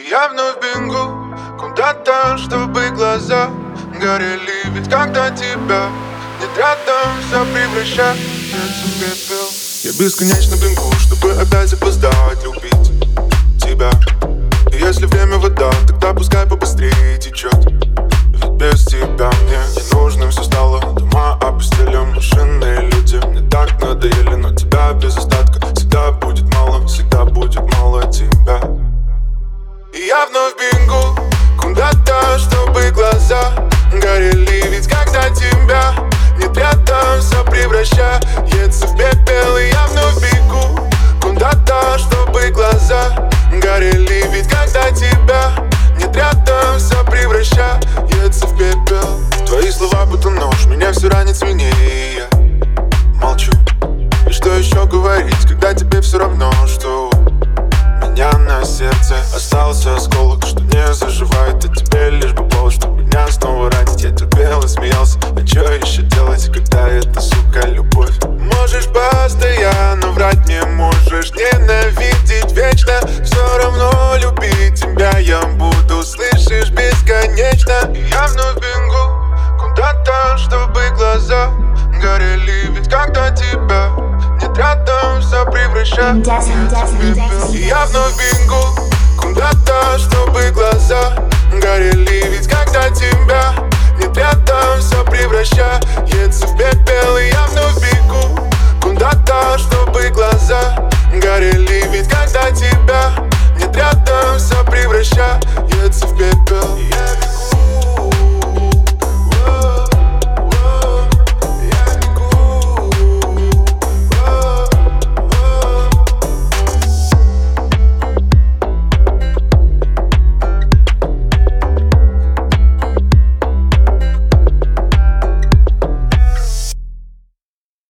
Я вновь бегу куда-то, чтобы глаза горели. Ведь когда тебя нет рядом, все превращается в пепел. Я бесконечно бегу, чтобы опять опоздать, любить тебя. И если время вода, тогда пускай побыстрее течет. Ведь без тебя мне не нужно все стало. Дома опустили, машины и люди мне так надоели. Но тебя без остатка всегда будет мало, всегда будет мало тебя. И я вновь бегу куда-то, чтобы глаза горели. Ведь когда тебя нет рядом, все превращается в пепел. И я вновь бегу куда-то, чтобы глаза горели. Ведь когда тебя нет рядом, все превращается в пепел. Твои слова будто нож, меня все ранит сильнее, и я молчу. И что еще говорить, когда тебе все равно, что у меня на сердце остался осколок, что не заживает, а тебе лишь бы повод, чтобы меня снова ранить. Я терпел и смеялся, а что еще делать, когда это, сука, любовь? Можешь постоянно врать мне, можешь ненавидеть вечно, все равно любить тебя я буду, слышишь, бесконечно. И я вновь бегу куда-то, чтобы глаза горели. Ведь когда тебя нет рядом, все превращается в пепел. И я вновь бегу